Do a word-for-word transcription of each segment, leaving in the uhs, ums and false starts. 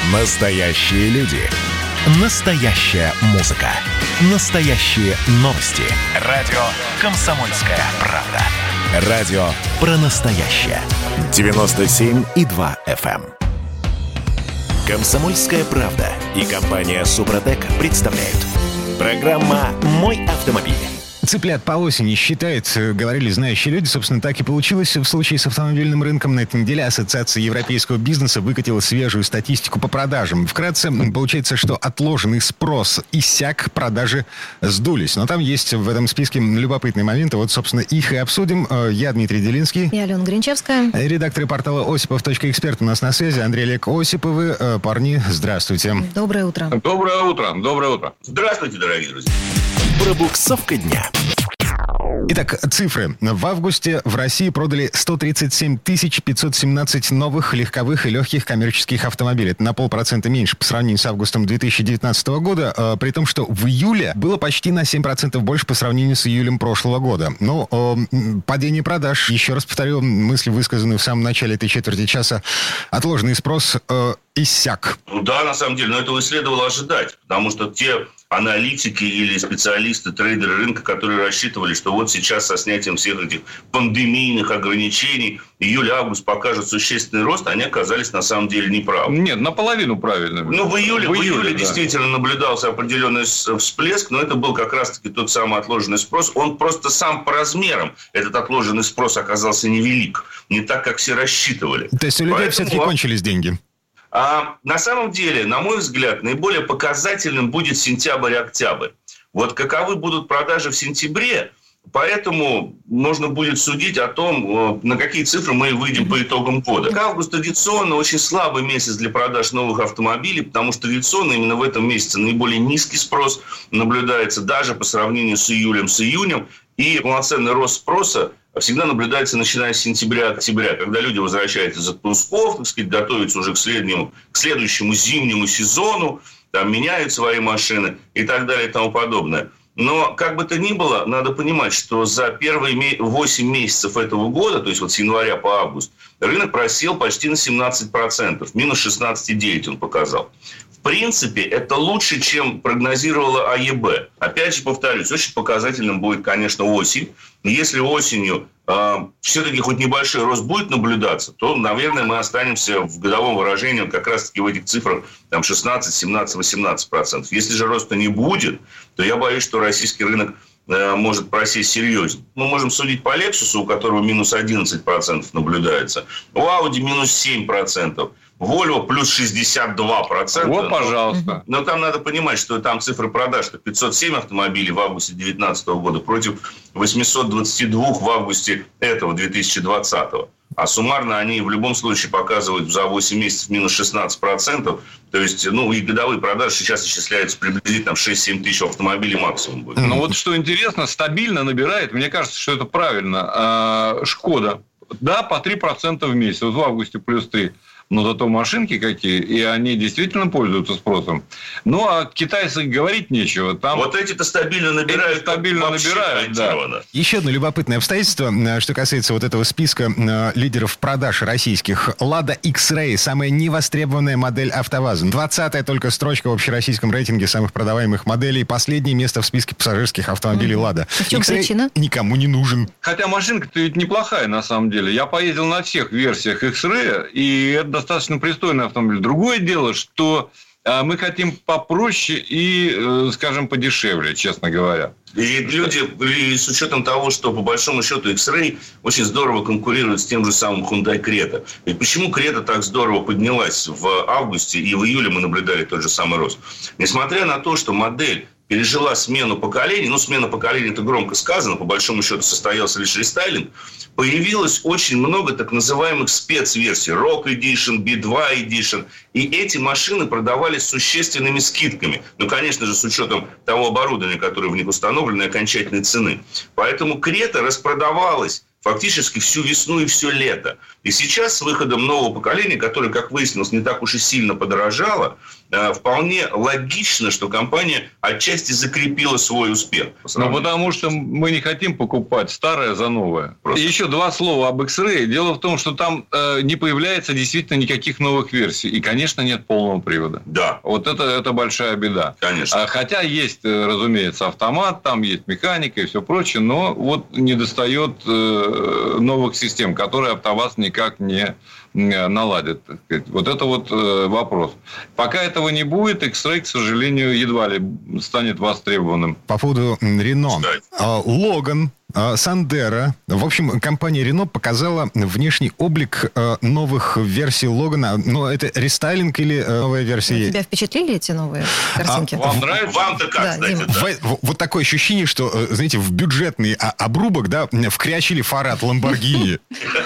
Настоящие люди. Настоящая музыка. Настоящие новости. Радио «Комсомольская правда». Радио про настоящее. девяносто семь и два эф эм. «Комсомольская правда» и компания «Супротек» представляют. Программа «Мой автомобиль». Цыплят по осени считают, говорили знающие люди. Собственно, так и получилось в случае с автомобильным рынком. На этой неделе Ассоциация европейского бизнеса выкатила свежую статистику по продажам. Вкратце, получается, что отложенный спрос иссяк, продажи сдулись. Но там есть в этом списке любопытные моменты. Вот, собственно, их и обсудим. Я Дмитрий Делинский. Я Алена Гринчевская. Редакторы портала осипов точка эксперт у нас на связи. Андрей, Олег Осиповы. Парни, здравствуйте. Доброе утро. Доброе утро. Доброе утро. Здравствуйте, дорогие друзья. Пробуксовка дня. Итак, цифры. В августе в России продали сто тридцать семь тысяч пятьсот семнадцать новых легковых и легких коммерческих автомобилей. Это на полпроцента меньше по сравнению с августом две тысячи девятнадцатого года, э, при том, что в июле было почти на семь процентов больше по сравнению с июлем прошлого года. Ну, э, падение продаж, еще раз повторю, мысли, высказанные в самом начале этой четверти часа, отложенный спрос э, иссяк. Да, на самом деле, но этого и следовало ожидать, потому что те аналитики или специалисты, трейдеры рынка, которые рассчитывали, что вот сейчас со снятием всех этих пандемийных ограничений июль-август покажет существенный рост, они оказались на самом деле неправы. Нет, наполовину правильно. Ну, в июле, в июле, в июле да. действительно наблюдался определенный всплеск, но это был как раз-таки тот самый отложенный спрос. Он просто сам по размерам, этот отложенный спрос оказался невелик, не так, как все рассчитывали. То есть у людей Поэтому... все-таки кончились деньги? А на самом деле, на мой взгляд, наиболее показательным будет сентябрь-октябрь. Вот каковы будут продажи в сентябре, поэтому можно будет судить о том, на какие цифры мы выйдем по итогам года. Август традиционно очень слабый месяц для продаж новых автомобилей, потому что традиционно именно в этом месяце наиболее низкий спрос наблюдается даже по сравнению с июлем, с июнем. И полноценный рост спроса всегда наблюдается, начиная с сентября-октября, когда люди возвращаются из отпусков, так сказать, готовятся уже к следующему, к следующему зимнему сезону, там, меняют свои машины и так далее и тому подобное. Но, как бы то ни было, надо понимать, что за первые восемь месяцев этого года, то есть вот с января по август, рынок просел почти на семнадцать процентов, минус шестнадцать целых девять десятых он показал. В принципе, это лучше, чем прогнозировала АЕБ. Опять же, повторюсь, очень показательным будет, конечно, осень. Если осенью э, все-таки хоть небольшой рост будет наблюдаться, то, наверное, мы останемся в годовом выражении как раз-таки в этих цифрах там, шестнадцать, семнадцать, восемнадцать процентов. Если же роста не будет, то я боюсь, что российский рынок э, может просесть серьезнее. Мы можем судить по Lexus, у которого минус одиннадцать процентов наблюдается, у Audi минус семь процентов. Volvo плюс шестьдесят два процента. Вот, пожалуйста. Но, но там надо понимать, что там цифры продаж, что пятьсот семь автомобилей в августе две тысячи девятнадцатого года против восемьсот двадцать два в августе этого две тысячи двадцатого. А суммарно они в любом случае показывают за восемь месяцев минус шестнадцать процентов. То есть, ну, и годовые продажи сейчас исчисляются приблизительно в шесть-семь тысяч автомобилей максимум будет. Ну, вот что интересно, стабильно набирает, мне кажется, что это правильно, Шкода. Да, по три процента в месяц. Вот в августе плюс три. Но зато машинки какие, и они действительно пользуются спросом. Ну, а китайцы говорить нечего. Там вот эти-то стабильно набирают. Эти стабильно набирают, да. Еще одно любопытное обстоятельство, что касается вот этого списка э, лидеров продаж российских. Lada X-Ray, самая невостребованная модель АвтоВАЗа. двадцатая только строчка в общероссийском рейтинге самых продаваемых моделей. Последнее место в списке пассажирских автомобилей Lada. В чем X-Ray причина? Никому не нужен. Хотя машинка-то ведь неплохая, на самом деле. Я поездил на всех версиях X-Ray, и это достаточно пристойный автомобиль. Другое дело, что а, мы хотим попроще и, э, скажем, подешевле, честно говоря. И люди, и с учетом того, что по большому счету X-Ray очень здорово конкурирует с тем же самым Hyundai Creta. И почему Creta так здорово поднялась в августе, и в июле мы наблюдали тот же самый рост? Несмотря на то, что модель пережила смену поколений, ну, смена поколений – это громко сказано, по большому счету состоялся лишь рестайлинг, появилось очень много так называемых спецверсий, Rock Edition, би два Edition, и эти машины продавались с существенными скидками, ну, конечно же, с учетом того оборудования, которое в них установлено, и окончательной цены. Поэтому Крета распродавалась фактически всю весну и все лето. И сейчас с выходом нового поколения, которое, как выяснилось, не так уж и сильно подорожало, вполне логично, что компания отчасти закрепила свой успех. Ну, потому что мы не хотим покупать старое за новое. Просто. И еще два слова об X-Ray. Дело в том, что там э, не появляется действительно никаких новых версий. И, конечно, нет полного привода. Да. Вот это, это большая беда. Конечно. Хотя есть, разумеется, автомат, там есть механика и все прочее, но вот недостает э, новых систем, которые АвтоВАЗ никак не наладит. Так сказать. Вот это вот э, вопрос. Пока этого не будет, X-Ray, к сожалению, едва ли станет востребованным. По поводу Renault. Логан, Сандеро. В общем, компания Renault показала внешний облик новых версий Логана. Но это рестайлинг или новая версия? Тебя впечатлили эти новые картинки? А, вам нравится? Вам-то как, да, кстати, да. В, вот такое ощущение, что, знаете, в бюджетный обрубок, да, вкрячили фары от Lamborghini.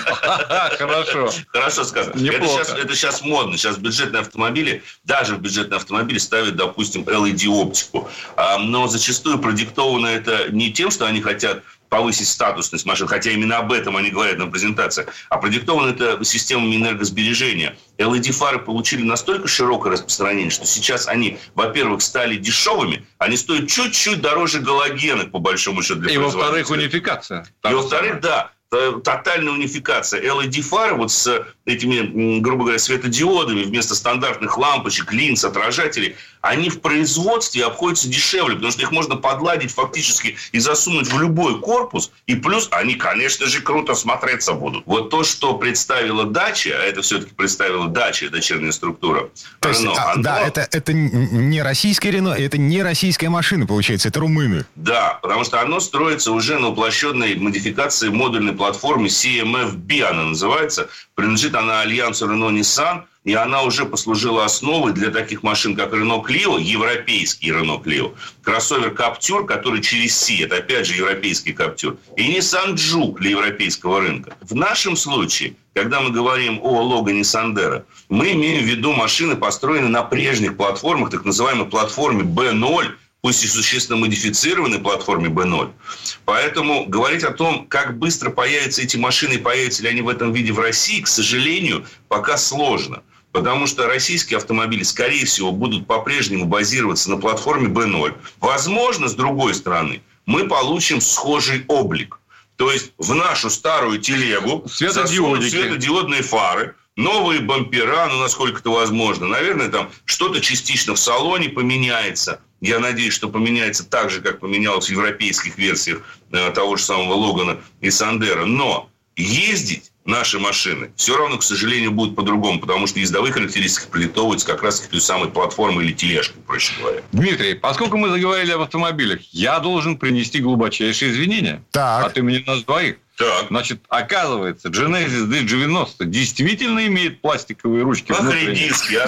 Хорошо. Хорошо сказано. Это сейчас, это сейчас модно. Сейчас бюджетные автомобили, даже в бюджетные автомобили ставят, допустим, эл и ди-оптику. Но зачастую продиктовано это не тем, что они хотят повысить статусность машин, хотя именно об этом они говорят на презентациях, а продиктовано это системами энергосбережения. эл и ди-фары получили настолько широкое распространение, что сейчас они, во-первых, стали дешевыми, они стоят чуть-чуть дороже галогенок, по большому счету, для И, производителя. во-вторых, унификация. И, во-вторых, да, тотальная унификация. эл и ди-фары вот с этими, грубо говоря, светодиодами вместо стандартных лампочек, линз, отражателей, они в производстве обходятся дешевле, потому что их можно подладить фактически и засунуть в любой корпус, и плюс они, конечно же, круто смотреться будут. Вот то, что представила Dacia, а это все-таки представила Dacia, дочерняя структура. То есть, Renault, а, оно... да, это, это не российская Renault, это не российская машина, получается, это румыны. Да, потому что оно строится уже на уплощенной модификации модульной платформы си эм эф би, она называется. Принадлежит она альянсу Renault-Nissan, и она уже послужила основой для таких машин, как Renault Clio, европейский Renault Clio, кроссовер Captur, который через Си, это опять же европейский Captur, и Nissan Juke для европейского рынка. В нашем случае, когда мы говорим о Логане Сандеро, мы имеем в виду машины, построенные на прежних платформах, так называемой платформе би ноль, пусть и существенно модифицированной платформе би ноль. Поэтому говорить о том, как быстро появятся эти машины, появятся ли они в этом виде в России, к сожалению, пока сложно. Потому что российские автомобили, скорее всего, будут по-прежнему базироваться на платформе би ноль. Возможно, с другой стороны, мы получим схожий облик. То есть в нашу старую телегу засунут светодиодные фары, новые бампера, ну, насколько это возможно. Наверное, там что-то частично в салоне поменяется. Я надеюсь, что поменяется так же, как поменялось в европейских версиях э, того же самого Логана и Сандеро. Но ездить наши машины все равно, к сожалению, будут по-другому, потому что ездовые характеристики прилитовываются как раз к той самой платформе или тележке, проще говоря. Дмитрий, поскольку мы заговорили об автомобилях, я должен принести глубочайшие извинения Так. от имени нас двоих. Так. Значит, оказывается, Genesis ди девяносто действительно имеет пластиковые ручки внутренние.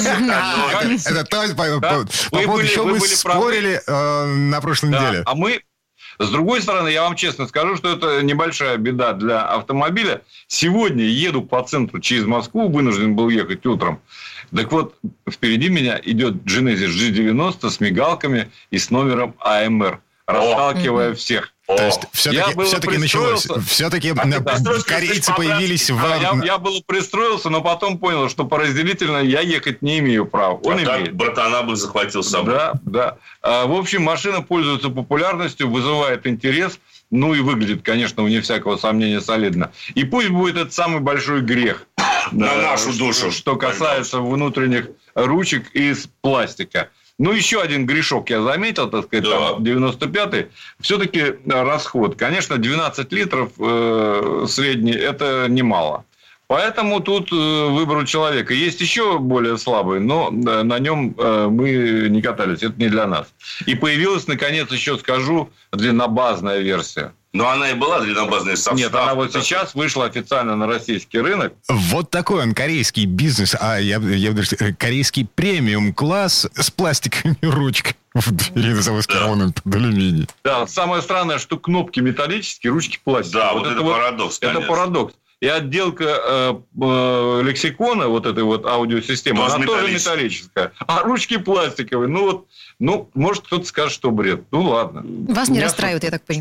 Это то, по поводу чего мы спорили на прошлой неделе. А мы... С другой стороны, я вам честно скажу, что это небольшая беда для автомобиля. Сегодня еду по центру через Москву, вынужден был ехать утром. Так вот, впереди меня идет Genesis джи девяносто с мигалками и с номером а эм эр, расталкивая всех. То есть, все-таки, все-таки началось. Все-таки а, корейцы появились в... Я, я было пристроился, но потом понял, что по разделительно я ехать не имею права. Он а имеет. Так братана бы захватил с собой. Да, да. А, в общем, машина пользуется популярностью, вызывает интерес. Ну и выглядит, конечно, вне всякого сомнения, солидно. И пусть будет этот самый большой грех. На да, нашу душу. Что касается внутренних ручек из пластика. Ну, еще один грешок я заметил, так сказать, да. там, девяносто пятый. Все-таки расход. Конечно, двенадцать литров э, средний – это немало. Поэтому тут э, выбор у человека. Есть еще более слабый, но э, на нем э, мы не катались. Это не для нас. И появилась, наконец, еще скажу, длиннобазная версия. Но она и была длиннобазная состав. Нет, она вот сейчас вышла официально на российский рынок. Вот такой он корейский бизнес, а я, я корейский премиум-класс с пластиковыми ручками в двери заводского под алюминий. Да, самое странное, что кнопки металлические, ручки пластиковые. Да, вот, вот это, это парадокс, Это конечно. парадокс. И отделка э, э, лексикона, вот этой вот аудиосистемы, тоже она тоже металлическая. А ручки пластиковые. Ну, вот, ну, может, кто-то скажет, что бред. Ну, ладно. Вас не, не расстраивает, особо... я так понимаю.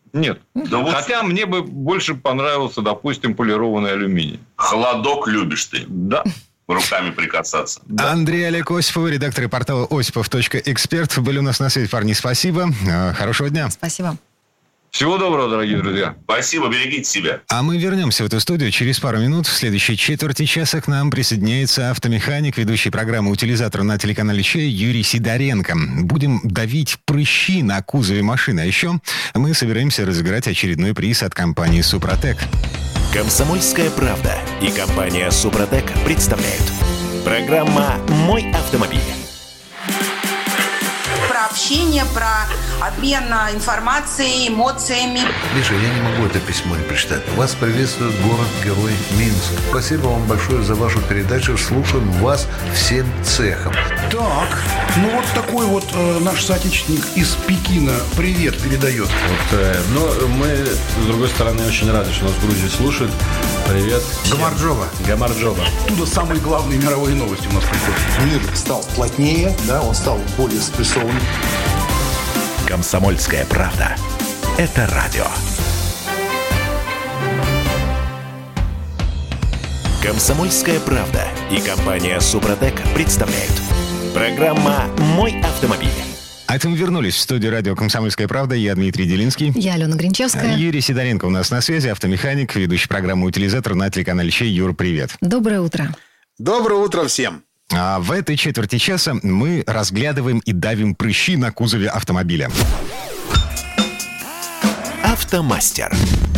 Нет. Да вот... Хотя мне бы больше понравился, допустим, полированный алюминий. Холодок любишь ты. Да. Руками прикасаться. Да. Андрей Олег Осипов, редактор портала осипов точка эксперт. Были у нас на связи, парни. Спасибо. Хорошего дня. Спасибо. Всего доброго, дорогие друзья. Спасибо, берегите себя. А мы вернемся в эту студию через пару минут. В следующей четверти часа к нам присоединяется автомеханик, ведущий программы «Утилизатор» на телеканале «Чей» Юрий Сидоренко. Будем давить прыщи на кузове машины. А еще мы собираемся разыграть очередной приз от компании «Супротек». «Комсомольская правда» и компания «Супротек» представляют. Программа «Мой автомобиль». Про общение, про обмен информацией, эмоциями. Миша, я не могу это письмо не прочитать. Вас приветствует город-герой Минск. Спасибо вам большое за вашу передачу. Слушаем вас всем цехом. Так, ну вот такой вот э, наш соотечественник из Пекина привет передает. Вот, э, но мы, с другой стороны, очень рады, что нас в Грузии слушают. Привет. Гамарджоба. Гамарджоба. Оттуда самые главные мировые новости у нас приходят. Мир стал плотнее, да, он стал более спрессованным. «Комсомольская правда». Это радио. «Комсомольская правда» и компания «Супротек» представляют. Программа «Мой автомобиль». А это мы вернулись в студию радио «Комсомольская правда». Я Дмитрий Делинский. Я Алена Гринчевская. Юрий Сидоренко у нас на связи, автомеханик, ведущий программы «Утилизатор» на телеканале «Чей». Юр, привет. Доброе утро. Доброе утро всем. А в этой четверти часа мы разглядываем и давим прыщи на кузове автомобиля. «Автомастер».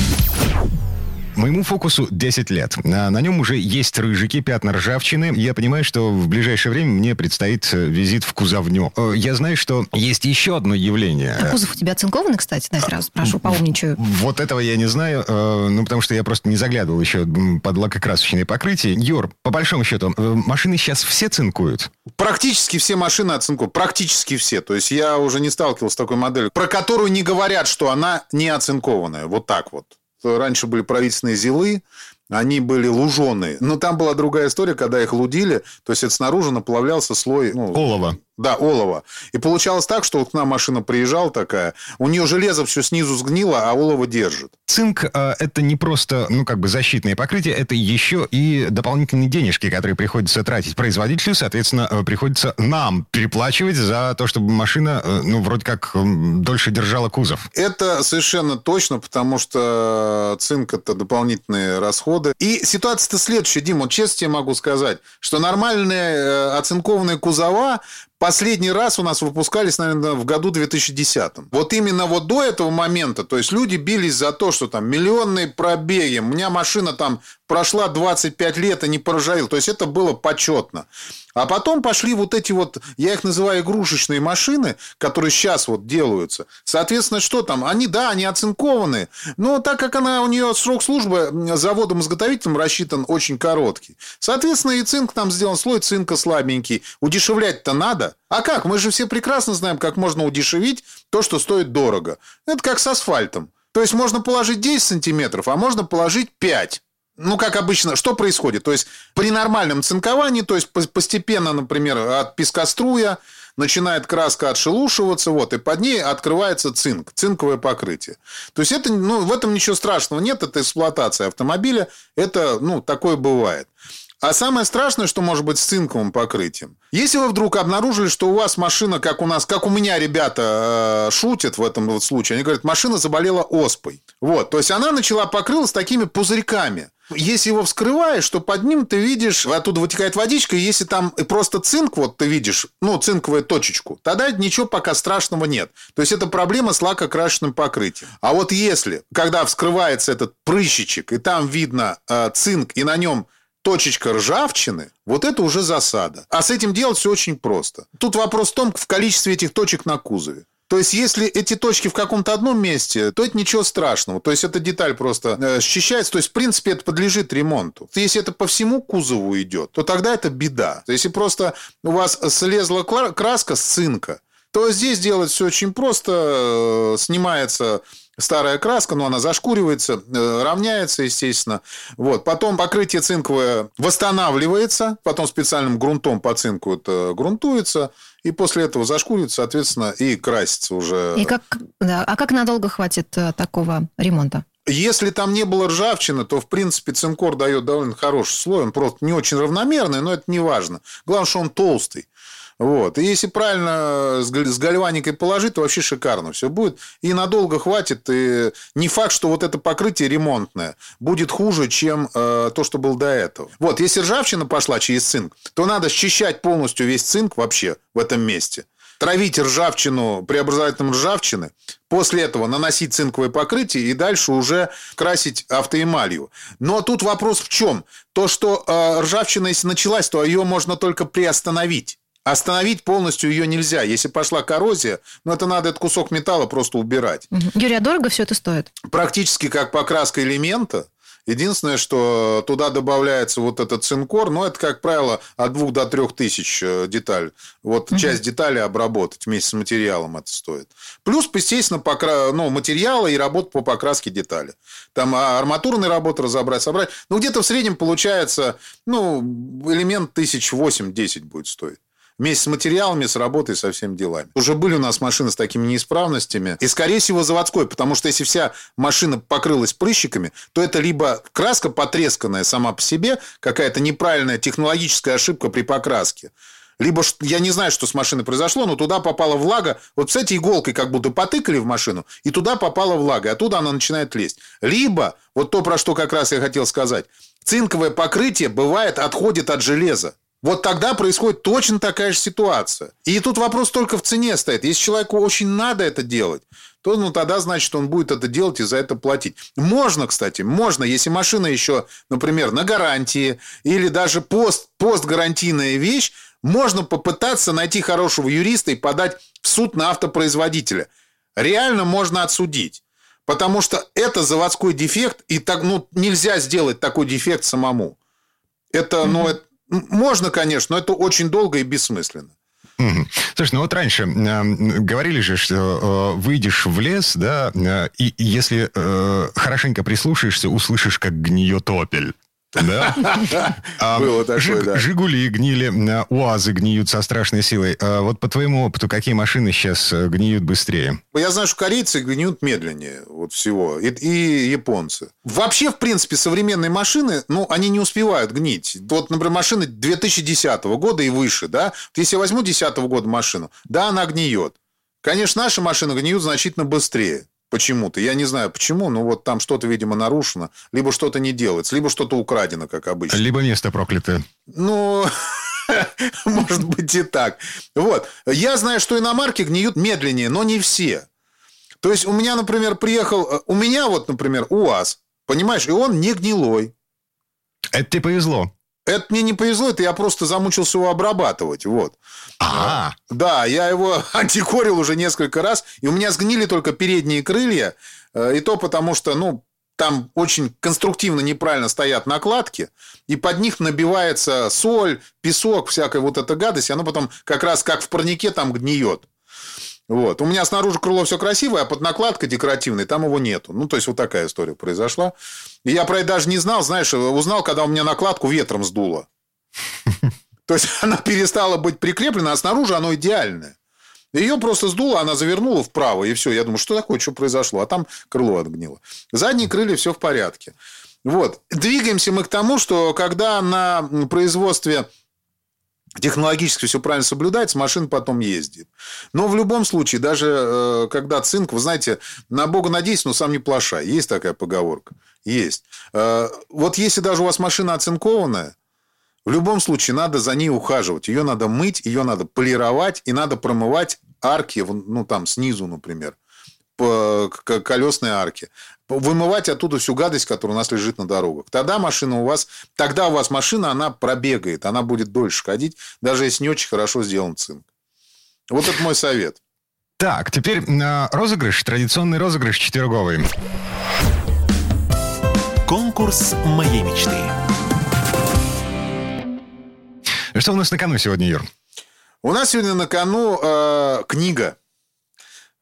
Моему «Фокусу» десять лет. На нем уже есть рыжики, пятна ржавчины. Я понимаю, что в ближайшее время мне предстоит визит в кузовню. Я знаю, что есть еще одно явление. А кузов у тебя оцинкованный, кстати? Да, сразу спрошу, поумничаю. Вот этого я не знаю, ну, потому что я просто не заглядывал еще под лакокрасочные покрытия. Юр, по большому счету, машины сейчас все цинкуют? Практически все машины оцинкуют. Практически все. То есть я уже не сталкивался с такой моделью, про которую не говорят, что она не оцинкованная. Вот так вот. Раньше были правительственные ЗИЛы, они были луженые. Но там была другая история, когда их лудили, то есть это снаружи наплавлялся слой... Ну, олова. Да, олова. И получалось так, что вот к нам машина приезжала такая, у нее железо все снизу сгнило, а олово держит. Цинк э, – это не просто, ну, как бы защитное покрытие, это еще и дополнительные денежки, которые приходится тратить производителю, соответственно, э, приходится нам переплачивать за то, чтобы машина, э, ну, вроде как э, дольше держала кузов. Это совершенно точно, потому что цинк – это дополнительные расходы. И ситуация-то следующая, Дим, вот честно тебе могу сказать, что нормальные э, оцинкованные кузова последний раз у нас выпускались, наверное, в году две тысячи десятом. Вот именно вот до этого момента, то есть люди бились за то, что там миллионные пробеги, у меня машина там прошла двадцать пять лет и не поржавела, то есть это было почетно. А потом пошли вот эти вот, я их называю игрушечные машины, которые сейчас вот делаются. Соответственно, что там? Они, да, они оцинкованы, но так как она, у нее срок службы заводом-изготовителем рассчитан очень короткий. Соответственно, и цинк там сделан, слой цинка слабенький. Удешевлять-то надо. А как? Мы же все прекрасно знаем, как можно удешевить то, что стоит дорого. Это как с асфальтом. То есть можно положить десять сантиметров, а можно положить пять. Ну, как обычно, что происходит? То есть при нормальном цинковании, то есть постепенно, например, от пескоструя начинает краска отшелушиваться, вот, и под ней открывается цинк, цинковое покрытие. То есть это, ну, в этом ничего страшного нет, это эксплуатация автомобиля, это, ну, такое бывает. А самое страшное, что может быть с цинковым покрытием. Если вы вдруг обнаружили, что у вас машина, как у нас, как у меня ребята э, шутят в этом вот случае, они говорят, машина заболела оспой. Вот, то есть она начала покрылась такими пузырьками. Если его вскрываешь, то под ним ты видишь, оттуда вытекает водичка, и если там просто цинк, вот ты видишь, ну, цинковую точечку, тогда ничего пока страшного нет. То есть это проблема с лакокрасочным покрытием. А вот если, когда вскрывается этот прыщичек, и там видно э, цинк, и на нем точечка ржавчины, вот это уже засада. А с этим делать все очень просто. Тут вопрос в том, в количестве этих точек на кузове. То есть, если эти точки в каком-то одном месте, то это ничего страшного. То есть, эта деталь просто э, счищается. То есть, в принципе, это подлежит ремонту. Если это по всему кузову идет, то тогда это беда. Если просто у вас слезла краска с цинка, то здесь делать все очень просто. Снимается старая краска, но она зашкуривается, равняется, естественно. Вот. Потом покрытие цинковое восстанавливается, потом специальным грунтом по цинку это грунтуется, и после этого зашкуривается, соответственно, и красится уже. И как, да, а как надолго хватит такого ремонта? Если там не было ржавчины, то, в принципе, цинкор дает довольно хороший слой. Он просто не очень равномерный, но это не важно. Главное, что он толстый. Вот. И если правильно с гальваникой положить, то вообще шикарно все будет. И надолго хватит. И не факт, что вот это покрытие ремонтное будет хуже, чем э, то, что было до этого. Вот. Если ржавчина пошла через цинк, то надо счищать полностью весь цинк вообще в этом месте. Травить ржавчину преобразователем ржавчины. После этого наносить цинковое покрытие и дальше уже красить автоэмалью. Но тут вопрос в чем? То, что э, ржавчина, если началась, то ее можно только приостановить. Остановить полностью ее нельзя. Если пошла коррозия, ну, это надо этот кусок металла просто убирать. Юрий, а дорого все это стоит? Практически как покраска элемента. Единственное, что туда добавляется вот этот цинкор, но это, как правило, от двух до трех тысяч деталь. Вот угу. часть детали обработать вместе с материалом это стоит. Плюс, естественно, покра... ну, материалы и работа по покраске детали. Там арматурные работы разобрать, собрать. Ну, где-то в среднем получается, ну, элемент тысяч восемь-десять будет стоить. Вместе с материалами, с работой, со всеми делами. Уже были у нас машины с такими неисправностями. И, скорее всего, заводской. Потому что, если вся машина покрылась прыщиками, то это либо краска потресканная сама по себе, какая-то неправильная технологическая ошибка при покраске. Либо, я не знаю, что с машиной произошло, но туда попала влага. Вот, кстати, иголкой как будто потыкали в машину, и туда попала влага, и оттуда она начинает лезть. Либо, вот то, про что как раз я хотел сказать, цинковое покрытие, бывает, отходит от железа. Вот тогда происходит точно такая же ситуация. И тут вопрос только в цене стоит. Если человеку очень надо это делать, то ну, тогда, значит, он будет это делать и за это платить. Можно, кстати, можно, если машина еще, например, на гарантии или даже пост, постгарантийная вещь, можно попытаться найти хорошего юриста и подать в суд на автопроизводителя. Реально можно отсудить. Потому что это заводской дефект, и так, ну, нельзя сделать такой дефект самому. Это, ну, это можно, конечно, но это очень долго и бессмысленно. Угу. Слушай, ну вот раньше э, говорили же, что э, выйдешь в лес, да, э, и если э, хорошенько прислушаешься, услышишь, как гниет «Опель». Да? Было такое, Жиг, да. «Жигули» гнили, УАЗы гниют со страшной силой. А вот по твоему опыту, какие машины сейчас гниют быстрее? Я знаю, что корейцы гниют медленнее вот всего, и, и японцы. Вообще, в принципе, современные машины, ну, они не успевают гнить. Вот, например, машины две тысячи десятого года и выше, да. Вот если я возьму две тысячи десятого года машину, да, она гниет. Конечно, наши машины гниют значительно быстрее. Почему-то. Я не знаю почему, но вот там что-то, видимо, нарушено. Либо что-то не делается, либо что-то украдено, как обычно. Либо место проклятое. Ну, может быть и так. Вот. Я знаю, что иномарки гниют медленнее, но не все. То есть, у меня, например, приехал... У меня вот, например, УАЗ, понимаешь, и он не гнилой. Это тебе повезло. Это мне не повезло, это я просто замучился его обрабатывать. Вот. А-а-а. Да, я его антикорил уже несколько раз, и у меня сгнили только передние крылья, и то потому что, ну, там очень конструктивно неправильно стоят накладки, и под них набивается соль, песок, всякая вот эта гадость, и оно потом как раз как в парнике там гниет. Вот. У меня снаружи крыло все красивое, а под накладкой декоративной там его нету. Ну, то есть, вот такая история произошла. И я про это даже не знал, знаешь, узнал, когда у меня накладку ветром сдуло. То есть, она перестала быть прикреплена, а снаружи оно идеальное. Ее просто сдуло, она завернула вправо, и все. Я думаю, что такое, что произошло? А там крыло отгнило. Задние крылья, все в порядке. Вот. Двигаемся мы к тому, что когда на производстве... технологически все правильно соблюдается, машина потом ездит. Но в любом случае, даже э, когда цинк, вы знаете, на Бога надейся, но сам не плашай. Есть такая поговорка? Есть. Э, вот если даже у вас машина оцинкованная, в любом случае надо за ней ухаживать. Ее надо мыть, ее надо полировать, и надо промывать арки, ну там снизу, например, по колесной арке. Вымывать оттуда всю гадость, которая у нас лежит на дорогах. Тогда машина у вас, тогда у вас машина, она пробегает, она будет дольше ходить, даже если не очень хорошо сделан цинк. Вот это мой совет. Так, теперь э, розыгрыш, традиционный розыгрыш четверговый. Конкурс моей мечты. Что у нас на кону сегодня, Юр? У нас сегодня на кону э, книга.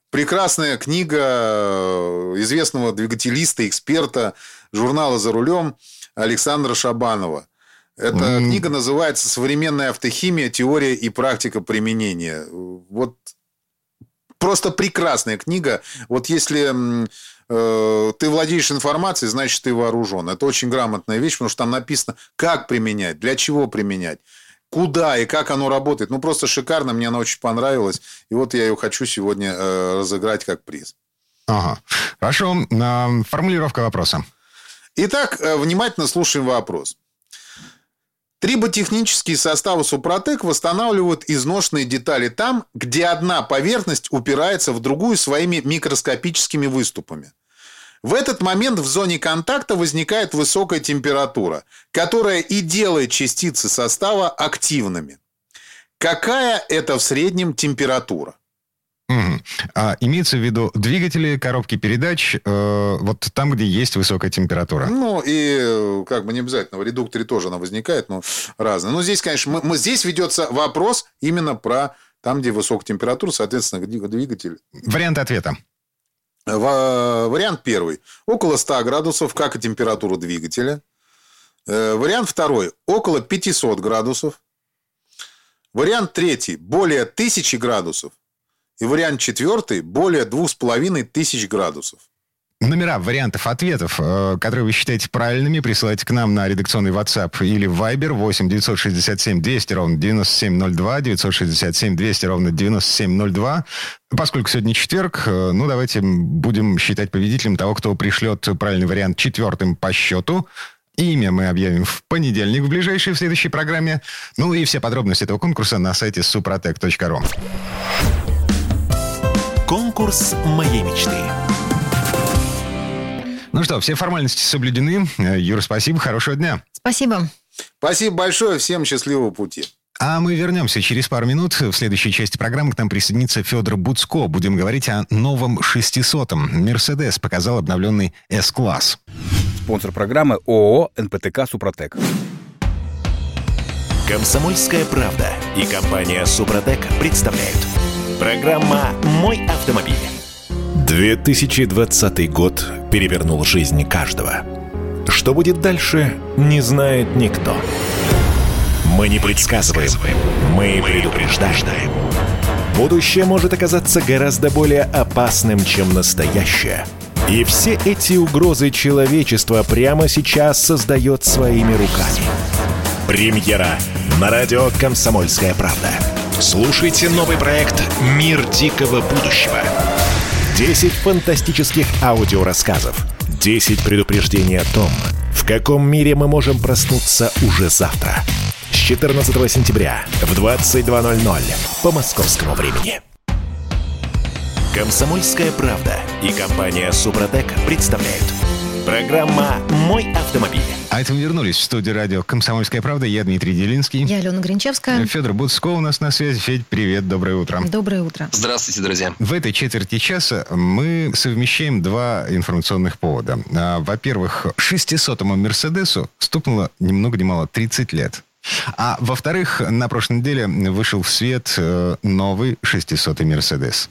прекрасная книга известного двигателиста, эксперта журнала «За рулем» Александра Шабанова. Эта mm. книга называется «Современная автохимия. Теория и практика применения». Вот просто прекрасная книга. Вот если э, ты владеешь информацией, значит, ты вооружен. Это очень грамотная вещь, потому что там написано, как применять, для чего применять, куда и как оно работает. Ну, просто шикарно, мне она очень понравилась. И вот я ее хочу сегодня э, разыграть как приз. Ага. Хорошо. Формулировка вопроса. Итак, внимательно слушаем вопрос. Триботехнические составы Супротек восстанавливают изношенные детали там, где одна поверхность упирается в другую своими микроскопическими выступами. В этот момент в зоне контакта возникает высокая температура, которая и делает частицы состава активными. Какая это в среднем температура? Угу. А, имеется в виду двигатели, коробки передач, э, вот там, где есть высокая температура. Ну, и как бы не обязательно. В редукторе тоже она возникает, но разная. Но здесь, конечно, мы, мы, здесь ведется вопрос именно про там, где высокая температура, соответственно, двигатель. Вариант ответа. В, вариант первый. Около ста градусов, как и температура двигателя. Э, вариант второй. Около пятисот градусов. Вариант третий. Более тысячи градусов. И вариант четвертый – более двух с половиной тысяч градусов. Номера вариантов ответов, которые вы считаете правильными, присылайте к нам на редакционный WhatsApp или Viber восемь девятьсот шестьдесят семь двести ровно девяносто семь ноль два, девятьсот шестьдесят семь двести ровно девяносто семь ноль два. Поскольку сегодня четверг, ну, давайте будем считать победителем того, кто пришлет правильный вариант четвертым по счету. Имя мы объявим в понедельник в ближайшей, в следующей программе. Ну и все подробности этого конкурса на сайте супротек точка ру. Конкурс моей мечты. Ну что, все формальности соблюдены. Юра, спасибо, хорошего дня. Спасибо. Спасибо большое, всем счастливого пути. А мы вернемся через пару минут. В следующей части программы к нам присоединится Федор Буцко. Будем говорить о новом шестисотом. Мерседес показал обновленный С-класс. Спонсор программы ООО «эн пэ тэ ка Супротек». Комсомольская правда и компания Супротек представляют. Программа «Мой автомобиль». две тысячи двадцатый год перевернул жизнь каждого. Что будет дальше, не знает никто. Мы не предсказываем, мы предупреждаем. Будущее может оказаться гораздо более опасным, чем настоящее. И все эти угрозы человечество прямо сейчас создает своими руками. Премьера на радио «Комсомольская правда». Слушайте новый проект «Мир дикого будущего». десять фантастических аудиорассказов. десять предупреждений о том, в каком мире мы можем проснуться уже завтра. С четырнадцатого сентября в двадцать два ноль ноль по московскому времени. «Комсомольская правда» и компания «Супротек» представляют. Программа «Мой автомобиль». А это мы вернулись в студию радио «Комсомольская правда». Я Дмитрий Делинский. Я Алена Гринчевская. Федор Буцко у нас на связи. Федь, привет, доброе утро. Доброе утро. Здравствуйте, друзья. В этой четверти часа мы совмещаем два информационных повода. Во-первых, шестисотому Мерседесу стукнуло ни много ни мало тридцать лет. А во-вторых, на прошлой неделе вышел в свет новый шестисотый Мерседес.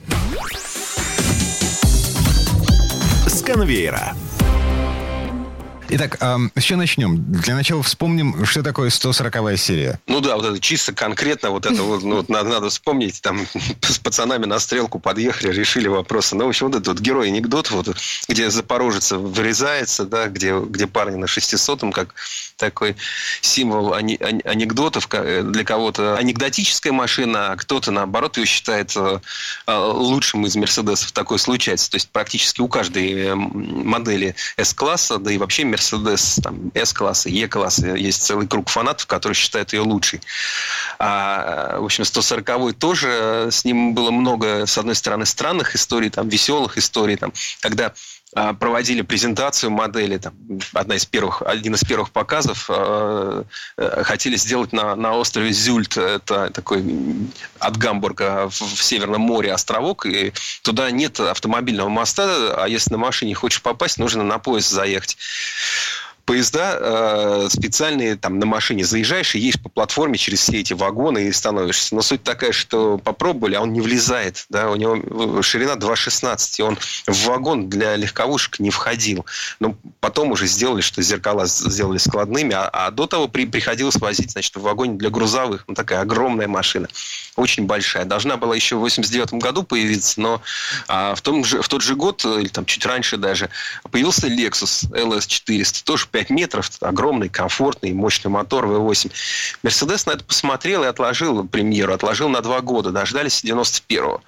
С конвейера. Итак, э, с чего начнем? Для начала вспомним, что такое сто сороковая серия. Ну да, вот это чисто конкретно, вот это вот, ну, вот надо, надо вспомнить, там с пацанами на стрелку подъехали, решили вопросы. Ну, в общем, вот этот вот герой-анекдот, вот, где запорожец вырезается, да, где, где парни на шестисотом, как такой символ ани- анекдотов, для кого-то анекдотическая машина, а кто-то, наоборот, ее считает лучшим из Мерседесов. Такое случается. То есть, практически у каждой модели С-класса, да и вообще Мерседес, там, С-класса, Е-класса, есть целый круг фанатов, которые считают ее лучшей. А, в общем, сто сороковой тоже, с ним было много, с одной стороны, странных историй, там, веселых историй, там, когда проводили презентацию модели, там, одна из первых, один из первых показов э, э, хотели сделать на, на острове Зюльт, это такой от Гамбурга в, в Северном море островок, и туда нет автомобильного моста, а если на машине хочешь попасть, нужно на поезд заехать. поезда э, специальные, там, на машине заезжаешь и едешь по платформе через все эти вагоны и становишься. Но суть такая, что попробовали, а он не влезает. Да? У него ширина два шестнадцать, и он в вагон для легковушек не входил. Но потом уже сделали, что зеркала сделали складными, а, а до того при, приходилось возить, значит, в вагоне для грузовых. Ну, такая огромная машина, очень большая. Должна была еще в восемьдесят девятом году появиться, но а, в, том же, в тот же год, или там чуть раньше даже, появился Lexus эл эс четыреста, тоже пять метров, огромный, комфортный, мощный мотор вэ восемь. Мерседес на это посмотрел и отложил премьеру, отложил на два года, дождались девяносто первого.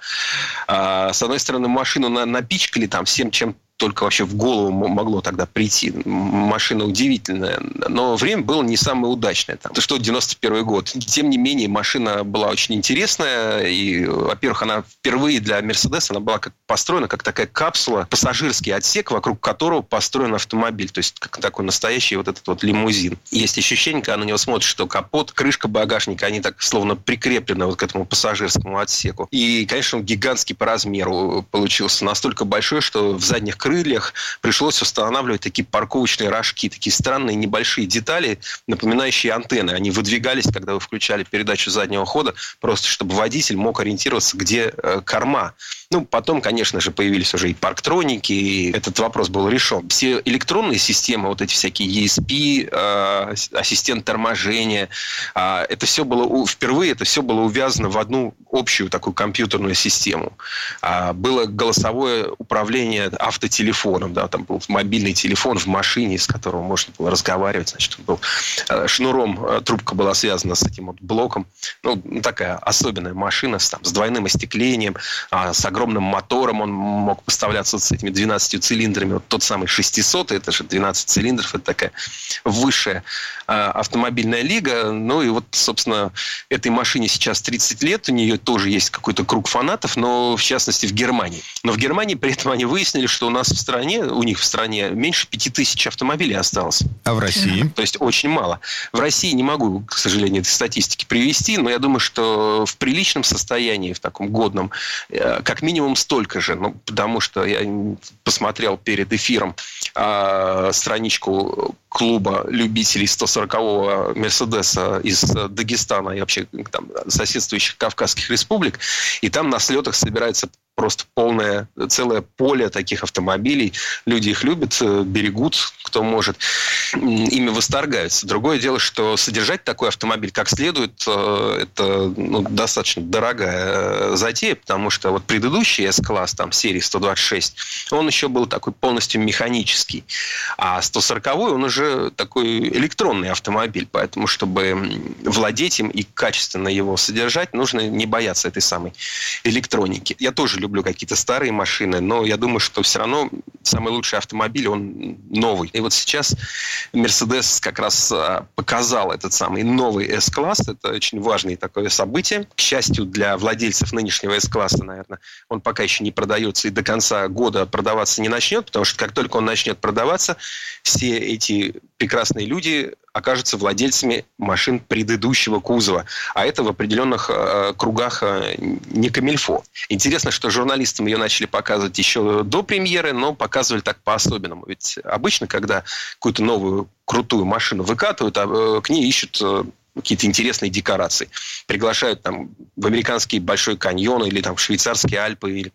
А, с одной стороны, машину на, напичкали там всем, чем только вообще в голову могло тогда прийти. Машина удивительная. Но время было не самое удачное. Там. Это что, девяносто первый год. Тем не менее, машина была очень интересная. И, во-первых, она впервые для Мерседеса, она была как построена как такая капсула, пассажирский отсек, вокруг которого построен автомобиль. То есть, как такой настоящий вот этот вот лимузин. Есть ощущение, когда на него смотришь, что капот, крышка багажника, они так словно прикреплены вот к этому пассажирскому отсеку. И, конечно, он гигантский по размеру получился. Настолько большой, что в задних крыльях крыльях пришлось устанавливать такие парковочные рожки, такие странные небольшие детали, напоминающие антенны. Они выдвигались, когда вы включали передачу заднего хода, просто чтобы водитель мог ориентироваться, где э, корма. Ну, потом, конечно же, появились уже и парктроники, и этот вопрос был решен. Все электронные системы, вот эти всякие и эс пи, э, ассистент торможения, э, это все было, впервые это все было увязано в одну общую такую компьютерную систему. Э, было голосовое управление автотелефоном. телефоном, да, там был мобильный телефон в машине, с которого можно было разговаривать, значит, он был э, шнуром, э, трубка была связана с этим вот блоком, ну, такая особенная машина с, там, с двойным остеклением, э, с огромным мотором, он мог поставляться вот с этими двенадцатью цилиндрами, вот тот самый шестисотый, это же двенадцать цилиндров, это такая высшая э, автомобильная лига, ну, и вот, собственно, этой машине сейчас тридцать лет, у нее тоже есть какой-то круг фанатов, но, в частности, в Германии. Но в Германии при этом они выяснили, что у нас в стране, у них в стране меньше пяти тысяч автомобилей осталось. А в России? То есть очень мало. В России не могу, к сожалению, этой статистики привести, но я думаю, что в приличном состоянии, в таком годном, как минимум столько же. Ну, потому что я посмотрел перед эфиром а, страничку клуба любителей сто сорокового Мерседеса из Дагестана и вообще там, соседствующих Кавказских республик, и там на слетах собирается просто полное, целое поле таких автомобилей. Люди их любят, берегут, кто может. Ими восторгаются. Другое дело, что содержать такой автомобиль как следует, это ну, достаточно дорогая затея, потому что вот предыдущий С-класс, там, серии сто двадцать шесть, он еще был такой полностью механический. А сто сороковой, он уже такой электронный автомобиль. Поэтому, чтобы владеть им и качественно его содержать, нужно не бояться этой самой электроники. Я тоже люблю люблю какие-то старые машины, но я думаю, что все равно самый лучший автомобиль, он новый. И вот сейчас Mercedes как раз показал этот самый новый С-класс. Это очень важное такое событие. К счастью, для владельцев нынешнего С-класса, наверное, он пока еще не продается и до конца года продаваться не начнет, потому что как только он начнет продаваться, все эти прекрасные люди окажутся владельцами машин предыдущего кузова. А это в определенных э, кругах э, не камильфо. Интересно, что журналистам ее начали показывать еще до премьеры, но показывали так по-особенному. Ведь обычно, когда какую-то новую крутую машину выкатывают, а, э, к ней ищут э, какие-то интересные декорации. Приглашают там в американский Большой каньон или там в швейцарские Альпы или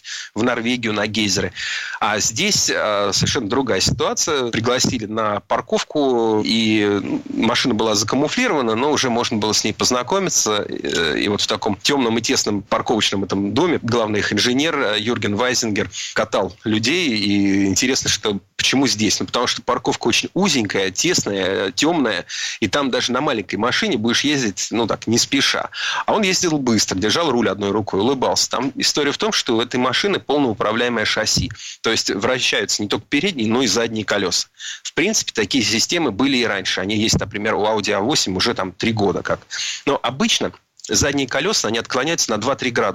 в Норвегию на гейзеры. А здесь э, совершенно другая ситуация. Пригласили на парковку, и машина была закамуфлирована, но уже можно было с ней познакомиться. И вот в таком темном и тесном парковочном этом доме главный их инженер Юрген Вайзингер катал людей. И интересно, что почему здесь? Ну, потому что парковка очень узенькая, тесная, темная, и там даже на маленькой машине будешь ездить, ну так, не спеша. А он ездил быстро, держал руль одной рукой, улыбался. Там история в том, что у этой машины полноуправляемое шасси. То есть вращаются не только передние, но и задние колеса. В принципе, такие системы были и раньше. Они есть, например, у Audi а восемь уже там три года как. Но обычно задние колеса, они отклоняются на два-три градуса.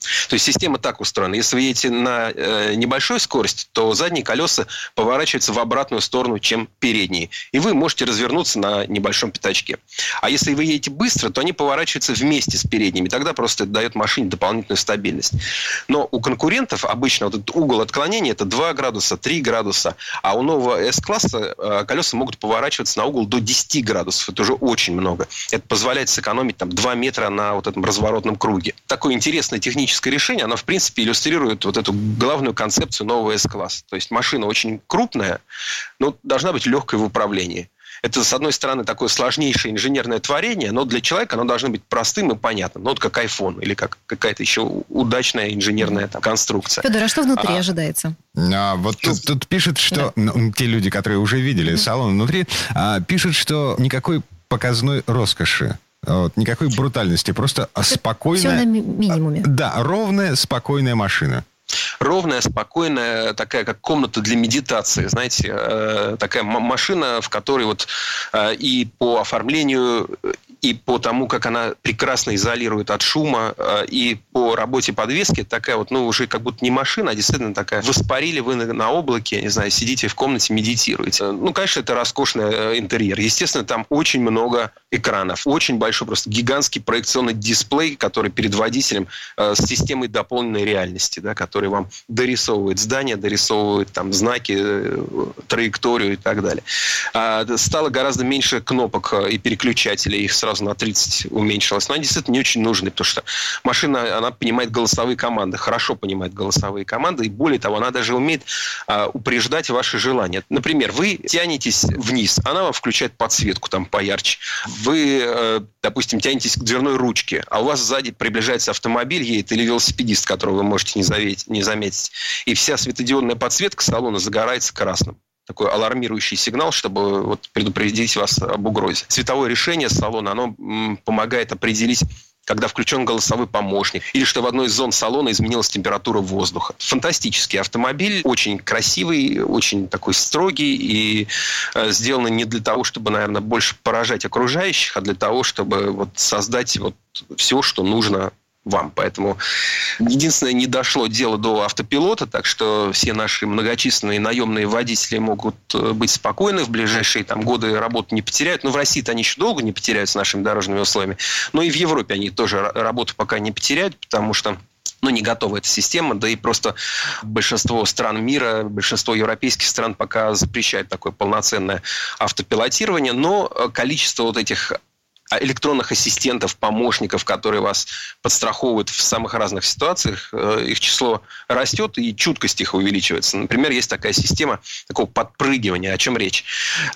То есть система так устроена. Если вы едете на э, небольшой скорости, то задние колеса поворачиваются в обратную сторону, чем передние. И вы можете развернуться на небольшом пятачке. А если вы едете быстро, то они поворачиваются вместе с передними. Тогда просто это дает машине дополнительную стабильность. Но у конкурентов обычно вот этот угол отклонения это два градуса, три градуса. А у нового S-класса э, колеса могут поворачиваться на угол до десять градусов. Это уже очень много. Это позволяет сэкономить там, два метра на вот этом разворотном круге. Такое интересное техническое решение, оно, в принципе, иллюстрирует вот эту главную концепцию нового S-класса. То есть машина очень крупная, но должна быть легкой в управлении. Это, с одной стороны, такое сложнейшее инженерное творение, но для человека оно должно быть простым и понятным. Ну, вот как iPhone или как какая-то еще удачная инженерная там, конструкция. Федор, а что внутри а, ожидается? А, вот тут, тут пишут, что... Да. Ну, те люди, которые уже видели mm-hmm. салон внутри, а, пишут, что никакой показной роскоши. Вот, никакой брутальности, просто спокойная... Все на ми- минимуме. Да, ровная, спокойная машина. Ровная, спокойная, такая, как комната для медитации, знаете, э, такая м- машина, в которой вот э, и по оформлению, и по тому, как она прекрасно изолирует от шума, э, и по работе подвески, такая вот, ну, уже как будто не машина, а действительно такая, воспарили вы на, на облаке, не знаю, сидите в комнате, медитируете. Ну, конечно, это роскошный интерьер. Естественно, там очень много экранов, очень большой, просто гигантский проекционный дисплей, который перед водителем э, с системой дополненной реальности, да, который вам дорисовывает здание, дорисовывает там знаки, траекторию и так далее. А, стало гораздо меньше кнопок и переключателей, их сразу на тридцать уменьшилось. Но они действительно не очень нужны, потому что машина, она понимает голосовые команды, хорошо понимает голосовые команды, и более того, она даже умеет а, упреждать ваши желания. Например, вы тянетесь вниз, она вам включает подсветку там поярче. Вы, э, допустим, тянетесь к дверной ручке, а у вас сзади приближается автомобиль, едет или велосипедист, которого вы можете не заметить, не заметить. И вся светодиодная подсветка салона загорается красным. Такой алармирующий сигнал, чтобы вот предупредить вас об угрозе. Цветовое решение салона, оно м, помогает определить, когда включен голосовой помощник, или что в одной из зон салона изменилась температура воздуха. Фантастический автомобиль, очень красивый, очень такой строгий и э, сделанный не для того, чтобы, наверное, больше поражать окружающих, а для того, чтобы вот создать вот все, что нужно вам. Поэтому единственное, не дошло дело до автопилота, так что все наши многочисленные наемные водители могут быть спокойны, в ближайшие там, годы работу не потеряют. Но в России-то они еще долго не потеряют с нашими дорожными условиями. Но и в Европе они тоже работу пока не потеряют, потому что ну, не готова эта система, да и просто большинство стран мира, большинство европейских стран пока запрещают такое полноценное автопилотирование, но количество вот этих электронных ассистентов, помощников, которые вас подстраховывают в самых разных ситуациях, их число растет и чуткость их увеличивается. Например, есть такая система такого подпрыгивания. О чем речь?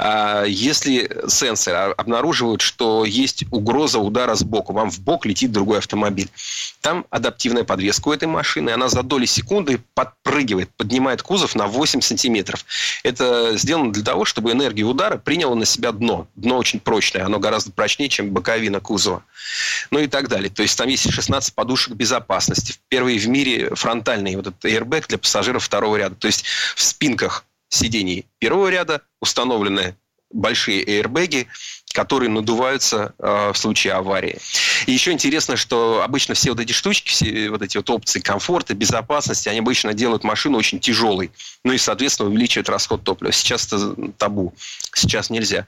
Если сенсоры обнаруживают, что есть угроза удара сбоку, вам в бок летит другой автомобиль, там адаптивная подвеска у этой машины, она за доли секунды подпрыгивает, поднимает кузов на восемь сантиметров. Это сделано для того, чтобы энергия удара приняла на себя дно. Дно очень прочное, оно гораздо прочнее, чем боковина кузова. Ну и так далее. То есть там есть шестнадцать подушек безопасности. Первый в мире фронтальный вот этот airbag для пассажиров второго ряда. То есть в спинках сидений первого ряда установлены большие эйрбэги, которые надуваются э, в случае аварии. И еще интересно, что обычно все вот эти штучки, все вот эти вот опции комфорта, безопасности, они обычно делают машину очень тяжелой. Ну и, соответственно, увеличивают расход топлива. Сейчас это табу. Сейчас нельзя.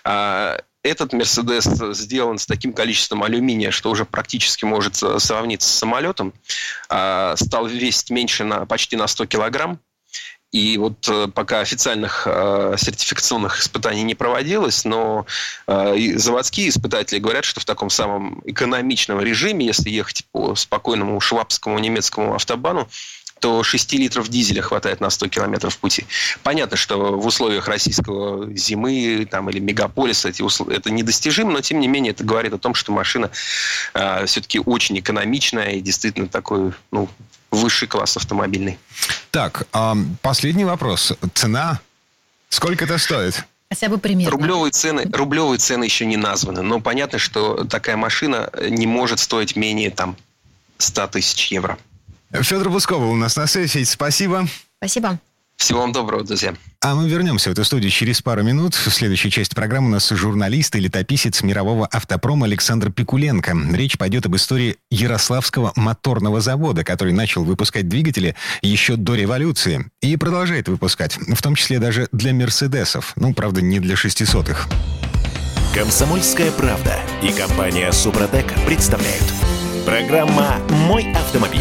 А этот Мерседес сделан с таким количеством алюминия, что уже практически может сравниться с самолетом. А стал весить меньше на, почти на сто килограмм. И вот пока официальных э, сертификационных испытаний не проводилось, но э, заводские испытатели говорят, что в таком самом экономичном режиме, если ехать по спокойному швабскому немецкому автобану, то шесть литров дизеля хватает на сто километров пути. Понятно, что в условиях российского зимы там, или мегаполиса эти услов... это недостижимо, но тем не менее это говорит о том, что машина э, все-таки очень экономичная и действительно такой, ну, высший класс автомобильный. Так, э, последний вопрос. Цена? Сколько это стоит? Хотя бы примерно. Рублевые цены, рублевые цены еще не названы, но понятно, что такая машина не может стоить менее там, сто тысяч евро. Федор Бусков у нас на связи. Спасибо. Спасибо. Всего вам доброго, друзья. А мы вернемся в эту студию через пару минут. В следующей части программы у нас журналист и летописец мирового автопрома Александр Пикуленко. Речь пойдет об истории Ярославского моторного завода, который начал выпускать двигатели еще до революции. И продолжает выпускать, в том числе даже для «Мерседесов». Ну, правда, не для шестисотых. «Комсомольская правда» и компания «Супротек» представляют. Программа «Мой автомобиль».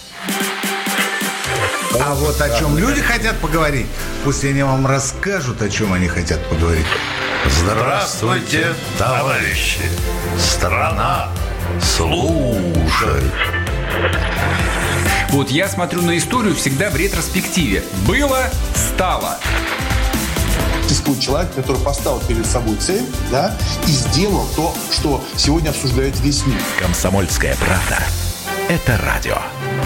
А вот о чем люди хотят поговорить, пусть они вам расскажут, о чем они хотят поговорить. Здравствуйте, товарищи! Страна слушает! Вот я смотрю на историю всегда в ретроспективе. Было, стало. Существует человек, который поставил перед собой цель, да, и сделал то, что сегодня обсуждает весь мир. «Комсомольская правда» — это радио.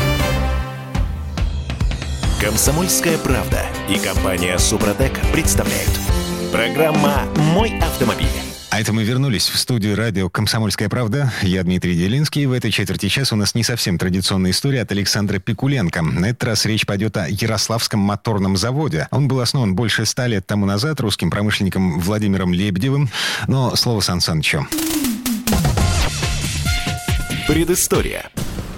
«Комсомольская правда» и компания «Супротек» представляют. Программа «Мой автомобиль». А это мы вернулись в студию радио «Комсомольская правда». Я Дмитрий Делинский. В этой четверти часа у нас не совсем традиционная история от Александра Пикуленко. На этот раз речь пойдет о Ярославском моторном заводе. Он был основан больше ста лет тому назад русским промышленником Владимиром Лебедевым. Но слово Сан Санычу. Предыстория.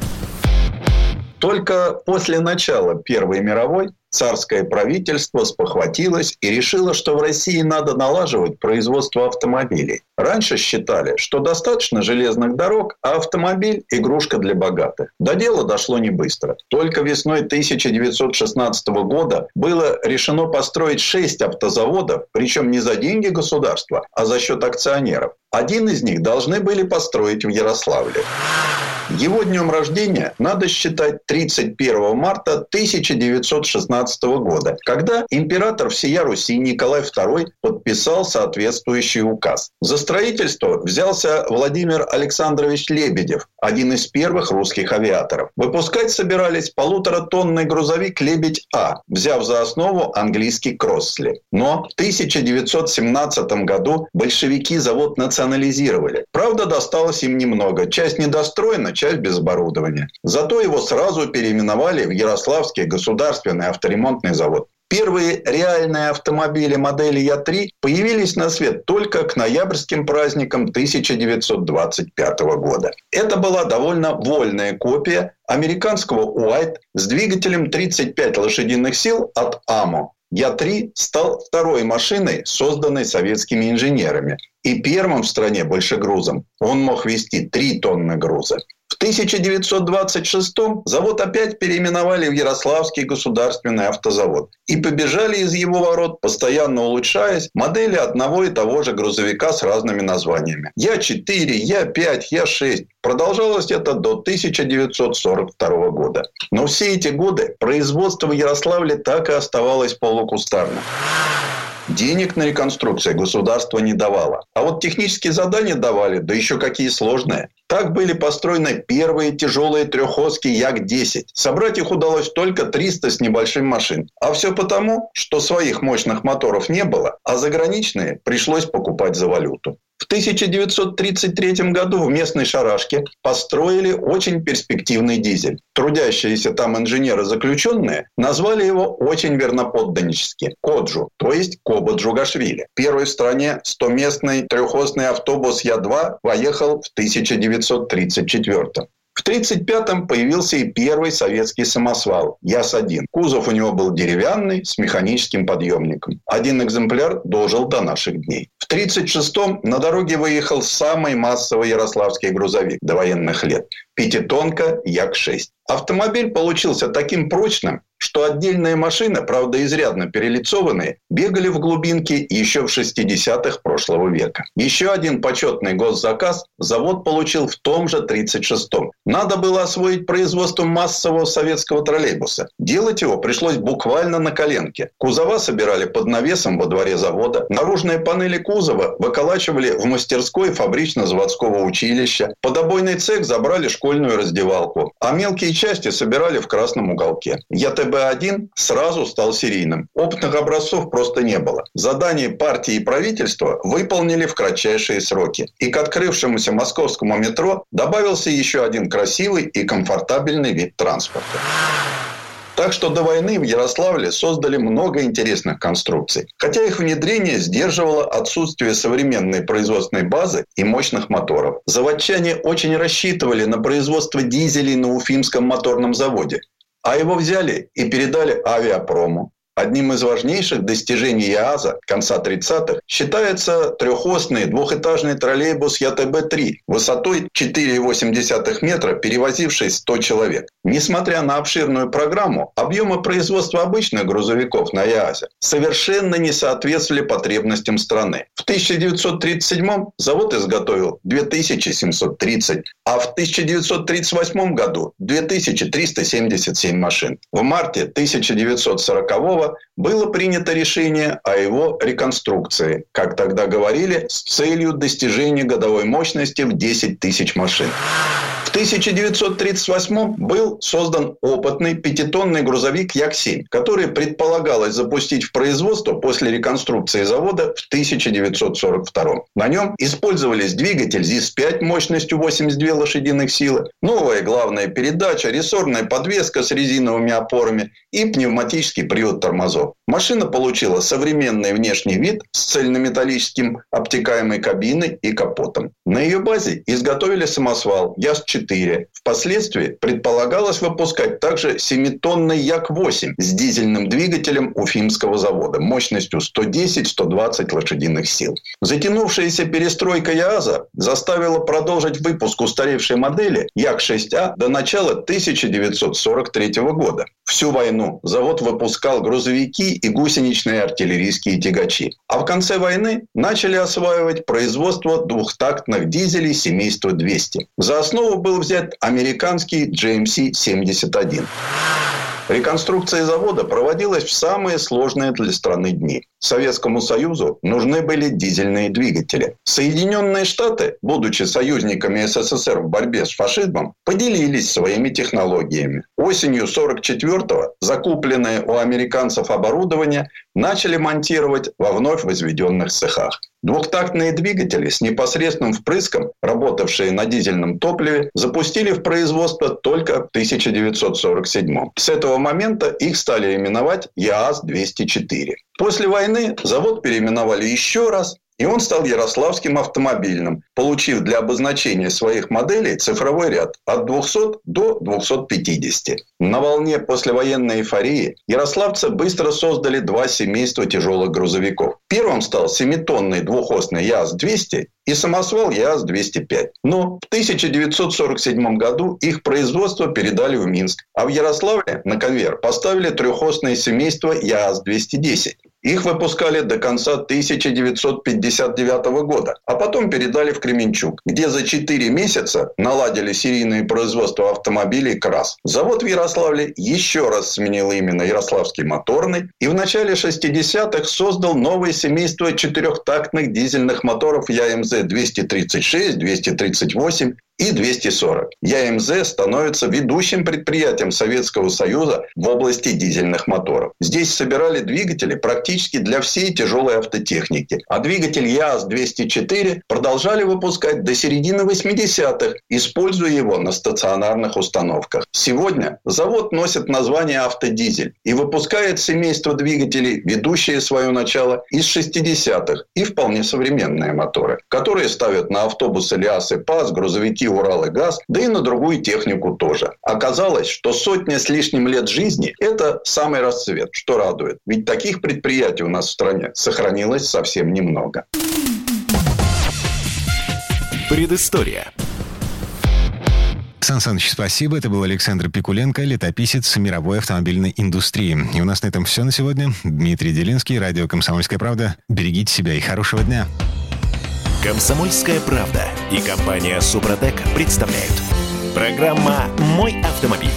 Только после начала Первой мировой царское правительство спохватилось и решило, что в России надо налаживать производство автомобилей. Раньше считали, что достаточно железных дорог, а автомобиль – игрушка для богатых. До дела дошло не быстро. Только весной тысяча девятьсот шестнадцатого года было решено построить шесть автозаводов, причем не за деньги государства, а за счет акционеров. Один из них должны были построить в Ярославле. Его днем рождения надо считать тридцать первого марта тысяча девятьсот шестнадцатого года, когда император всея Руси Николай второй подписал соответствующий указ. За строительство взялся Владимир Александрович Лебедев, один из первых русских авиаторов. Выпускать собирались полуторатонный грузовик «Лебедь-А», взяв за основу английский «Кроссли». Но в тысяча девятьсот семнадцатом году большевики завод национализировали. Правда, досталось им немного. Часть недостроена, часть без оборудования. Зато его сразу переименовали в Ярославский государственный авторемонтный завод. Первые реальные автомобили модели Я три появились на свет только к ноябрьским праздникам тысяча девятьсот двадцать пятого года. Это была довольно вольная копия американского Уайт с двигателем тридцать пять лошадиных сил от АМО. Я три стал второй машиной, созданной советскими инженерами, и первым в стране большегрузом. Он мог вести три тонны груза. В тысяча девятьсот двадцать шестом завод опять переименовали в Ярославский государственный автозавод. И побежали из его ворот, постоянно улучшаясь, модели одного и того же грузовика с разными названиями. Я четыре, Я пять, Я шесть. Продолжалось это до тысяча девятьсот сорок второго года. Но все эти годы производство в Ярославле так и оставалось полукустарным. Денег на реконструкцию государство не давало. А вот технические задания давали, да еще какие сложные. Так были построены первые тяжелые трехоски Як десять. Собрать их удалось только триста с небольшим машин. А все потому, что своих мощных моторов не было, а заграничные пришлось покупать за валюту. В тысяча девятьсот тридцать третьем году в местной Шарашке построили очень перспективный дизель. Трудящиеся там инженеры-заключенные назвали его очень верноподданнически – Коджу, то есть Коба Джугашвили. Первый в стране стоместный трехосный автобус Я два поехал в тысяча девятьсот тридцать четвёртом. В тридцать пятом появился и первый советский самосвал Яз один. Кузов у него был деревянный с механическим подъемником. Один экземпляр дожил до наших дней. В тридцать шестом на дороге выехал самый массовый ярославский грузовик до военных лет – пятитонка Як шесть. Автомобиль получился таким прочным, что отдельные машины, правда изрядно перелицованные, бегали в глубинке еще в шестидесятых прошлого века. Еще один почетный госзаказ завод получил в том же тридцать шестом. Надо было освоить производство массового советского троллейбуса. Делать его пришлось буквально на коленке. Кузова собирали под навесом во дворе завода. Наружные панели кузова выколачивали в мастерской фабрично-заводского училища. Под обойный цех забрали школьную раздевалку. А мелкие части собирали в красном уголке. Я Тэ Бэ один сразу стал серийным. Опытных образцов просто не было. Задание партии и правительства выполнили в кратчайшие сроки. И к открывшемуся московскому метро добавился еще один красивый и комфортабельный вид транспорта. Так что до войны в Ярославле создали много интересных конструкций. Хотя их внедрение сдерживало отсутствие современной производственной базы и мощных моторов. Заводчане очень рассчитывали на производство дизелей на Уфимском моторном заводе. А его взяли и передали авиапрому. Одним из важнейших достижений ЯАЗа конца тридцатых считается трехосный двухэтажный троллейбус Я Тэ Бэ три высотой четыре целых восемь десятых метра, перевозивший сто человек. Несмотря на обширную программу, объемы производства обычных грузовиков на ЯАЗе совершенно не соответствовали потребностям страны. В тысяча девятьсот тридцать седьмом завод изготовил две тысячи семьсот тридцать, а в тысяча девятьсот тридцать восьмом году две тысячи триста семьдесят семь машин. В марте тысяча девятьсот сорокового было принято решение о его реконструкции, как тогда говорили, с целью достижения годовой мощности в десять тысяч машин. В тысяча девятьсот тридцать восьмом был создан опытный пятитонный грузовик Як семь, который предполагалось запустить в производство после реконструкции завода в тысяча девятьсот сорок втором. На нем использовались двигатель ЗИС пять мощностью восемьдесят две лошадиных силы, новая главная передача, рессорная подвеска с резиновыми опорами и пневматический привод тормозов. Машина получила современный внешний вид с цельнометаллическим обтекаемой кабиной и капотом. На ее базе изготовили самосвал ЯЗ четыре. Впоследствии предполагалось выпускать также семитонный Як восемь с дизельным двигателем Уфимского завода мощностью сто десять - сто двадцать лошадиных сил. Затянувшаяся перестройка ЯАЗа заставила продолжить выпуск устаревшей модели Як шесть А до начала тысяча девятьсот сорок третьего года. Всю войну завод выпускал грузовики и гусеничные артиллерийские тягачи. А в конце войны начали осваивать производство двухтактных дизелей семейства двести. За основу был взят американский Джей Эм Си семьдесят один. Реконструкция завода проводилась в самые сложные для страны дни. Советскому Союзу нужны были дизельные двигатели. Соединенные Штаты, будучи союзниками Эс Эс Эс Эр в борьбе с фашизмом, поделились своими технологиями. Осенью сорок четвёртого закупленное у американцев оборудование начали монтировать во вновь возведенных цехах. Двухтактные двигатели с непосредственным впрыском, работавшие на дизельном топливе, запустили в производство только в тысяча девятьсот сорок седьмом. С этого момента их стали именовать ЯАЗ двести четыре. После войны завод переименовали еще раз, и он стал Ярославским автомобильным, получив для обозначения своих моделей цифровой ряд от двухсот до двухсот пятидесяти. На волне послевоенной эйфории ярославцы быстро создали два семейства тяжелых грузовиков. Первым стал семитонный двухосный ЯАЗ двести и самосвал ЯАЗ двести пять. Но в тысяча девятьсот сорок седьмом году их производство передали в Минск, а в Ярославле на конвейер поставили трехосное семейство ЯАЗ двести десять. Их выпускали до конца тысяча девятьсот пятьдесят девятого года, а потом передали в Кременчуг, где за четыре месяца наладили серийное производство автомобилей КРАС. Завод в Ярославле еще раз сменил имя на Ярославский моторный и в начале шестидесятых создал новое семейство четырехтактных дизельных моторов Я Эм Зэ двести тридцать шесть, двести тридцать восемь и двести сорок. Я Эм Зэ становится ведущим предприятием Советского Союза в области дизельных моторов. Здесь собирали двигатели практически для всей тяжелой автотехники. А двигатель ЯАЗ двести четыре продолжали выпускать до середины восьмидесятых, используя его на стационарных установках. Сегодня завод носит название «Автодизель» и выпускает семейство двигателей, ведущие свое начало из шестидесятых, и вполне современные моторы, которые ставят на автобусы ЛиАЗ и ПАЗ, грузовики Урал и ГАЗ, да и на другую технику тоже. Оказалось, что сотня с лишним лет жизни – это самый расцвет, что радует. Ведь таких предприятий у нас в стране сохранилось совсем немного. Предыстория. Сан Саныч, спасибо. Это был Александр Пикуленко, летописец мировой автомобильной индустрии. И у нас на этом все на сегодня. Дмитрий Делинский, радио «Комсомольская правда». Берегите себя и хорошего дня. «Комсомольская правда» и компания «Супротек» представляют. Программа «Мой автомобиль».